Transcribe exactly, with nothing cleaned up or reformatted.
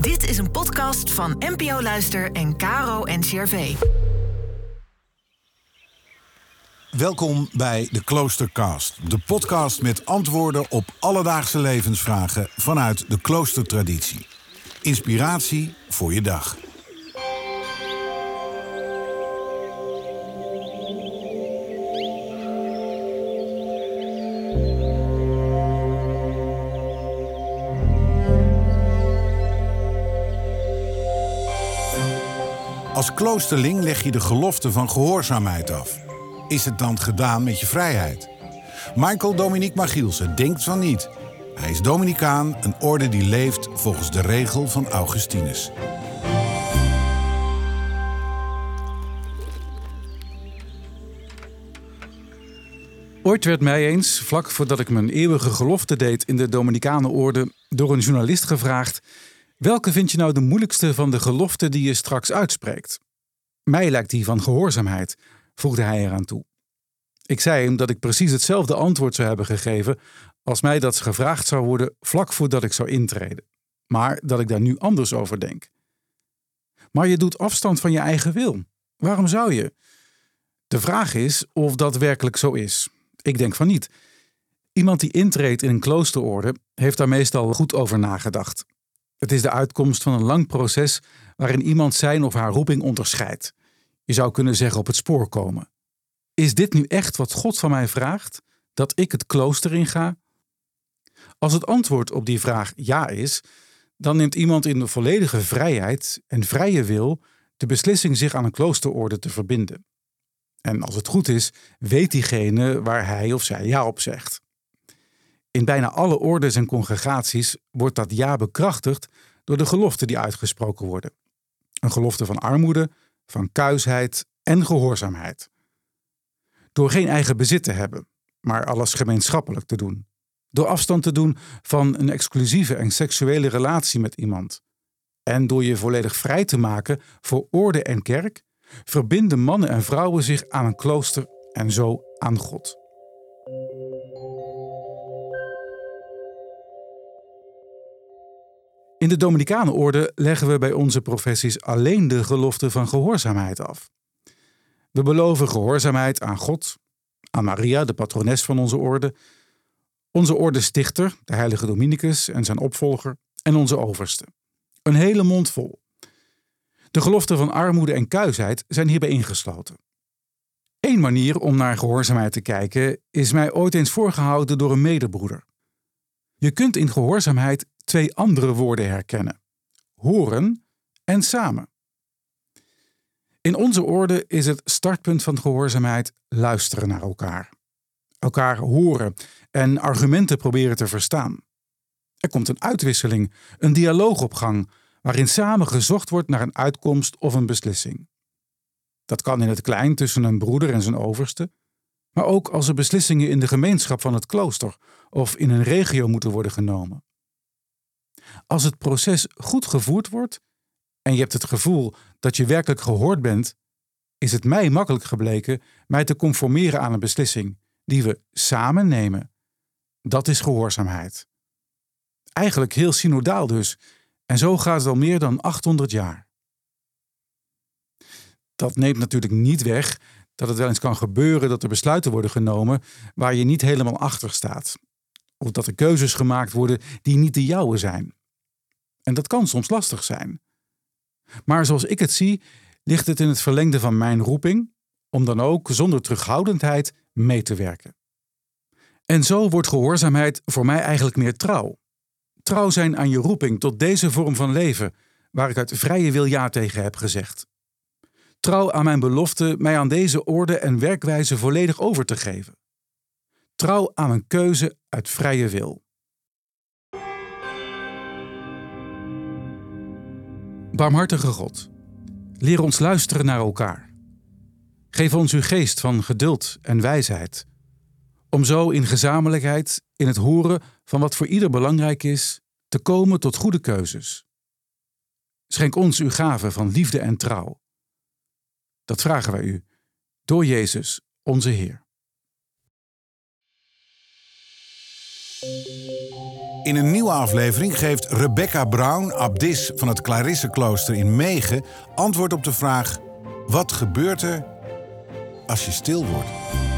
Dit is een podcast van N P O Luister en K R O N C R V. Welkom bij de Kloostercast, de podcast met antwoorden op alledaagse levensvragen vanuit de kloostertraditie. Inspiratie voor je dag. Als kloosterling leg je de gelofte van gehoorzaamheid af. Is het dan gedaan met je vrijheid? Michael Dominique Magielsen denkt van niet. Hij is Dominicaan, een orde die leeft volgens de regel van Augustinus. Ooit werd mij eens, vlak voordat ik mijn eeuwige gelofte deed in de Dominicanenorde, door een journalist gevraagd: welke vind je nou de moeilijkste van de geloften die je straks uitspreekt? Mij lijkt die van gehoorzaamheid, voegde hij eraan toe. Ik zei hem dat ik precies hetzelfde antwoord zou hebben gegeven als mij dat gevraagd zou worden vlak voordat ik zou intreden. Maar dat ik daar nu anders over denk. Maar je doet afstand van je eigen wil. Waarom zou je? De vraag is of dat werkelijk zo is. Ik denk van niet. Iemand die intreedt in een kloosterorde heeft daar meestal goed over nagedacht. Het is de uitkomst van een lang proces waarin iemand zijn of haar roeping onderscheidt. Je zou kunnen zeggen op het spoor komen. Is dit nu echt wat God van mij vraagt? Dat ik het klooster inga? Als het antwoord op die vraag ja is, dan neemt iemand in de volledige vrijheid en vrije wil de beslissing zich aan een kloosterorde te verbinden. En als het goed is, weet diegene waar hij of zij ja op zegt. In bijna alle ordes en congregaties wordt dat ja bekrachtigd door de geloften die uitgesproken worden. Een gelofte van armoede, van kuisheid en gehoorzaamheid. Door geen eigen bezit te hebben, maar alles gemeenschappelijk te doen. Door afstand te doen van een exclusieve en seksuele relatie met iemand. En door je volledig vrij te maken voor orde en kerk, verbinden mannen en vrouwen zich aan een klooster en zo aan God. In de Dominicanenorde leggen we bij onze professies alleen de gelofte van gehoorzaamheid af. We beloven gehoorzaamheid aan God, aan Maria, de patrones van onze orde, onze ordestichter, de heilige Dominicus en zijn opvolger, en onze overste. Een hele mond vol. De geloften van armoede en kuisheid zijn hierbij ingesloten. Eén manier om naar gehoorzaamheid te kijken is mij ooit eens voorgehouden door een medebroeder. Je kunt in gehoorzaamheid twee andere woorden herkennen: horen en samen. In onze orde is het startpunt van gehoorzaamheid luisteren naar elkaar. Elkaar horen en argumenten proberen te verstaan. Er komt een uitwisseling, een dialoog op gang, waarin samen gezocht wordt naar een uitkomst of een beslissing. Dat kan in het klein tussen een broeder en zijn overste, maar ook als er beslissingen in de gemeenschap van het klooster of in een regio moeten worden genomen. Als het proces goed gevoerd wordt en je hebt het gevoel dat je werkelijk gehoord bent, is het mij makkelijk gebleken mij te conformeren aan een beslissing die we samen nemen. Dat is gehoorzaamheid. Eigenlijk heel synodaal dus, en zo gaat het al meer dan achthonderd jaar. Dat neemt natuurlijk niet weg dat het wel eens kan gebeuren dat er besluiten worden genomen waar je niet helemaal achter staat. Of dat er keuzes gemaakt worden die niet de jouwe zijn. En dat kan soms lastig zijn. Maar zoals ik het zie, ligt het in het verlengde van mijn roeping om dan ook zonder terughoudendheid mee te werken. En zo wordt gehoorzaamheid voor mij eigenlijk meer trouw. Trouw zijn aan je roeping tot deze vorm van leven, waar ik uit vrije wil ja tegen heb gezegd. Trouw aan mijn belofte mij aan deze orde en werkwijze volledig over te geven. Trouw aan een keuze uit vrije wil. Barmhartige God, leer ons luisteren naar elkaar. Geef ons uw geest van geduld en wijsheid, om zo in gezamenlijkheid, in het horen van wat voor ieder belangrijk is, te komen tot goede keuzes. Schenk ons uw gave van liefde en trouw. Dat vragen wij u, door Jezus, onze Heer. In een nieuwe aflevering geeft Rebecca Brown, abdis van het Clarisseklooster in Megen, antwoord op de vraag: wat gebeurt er als je stil wordt?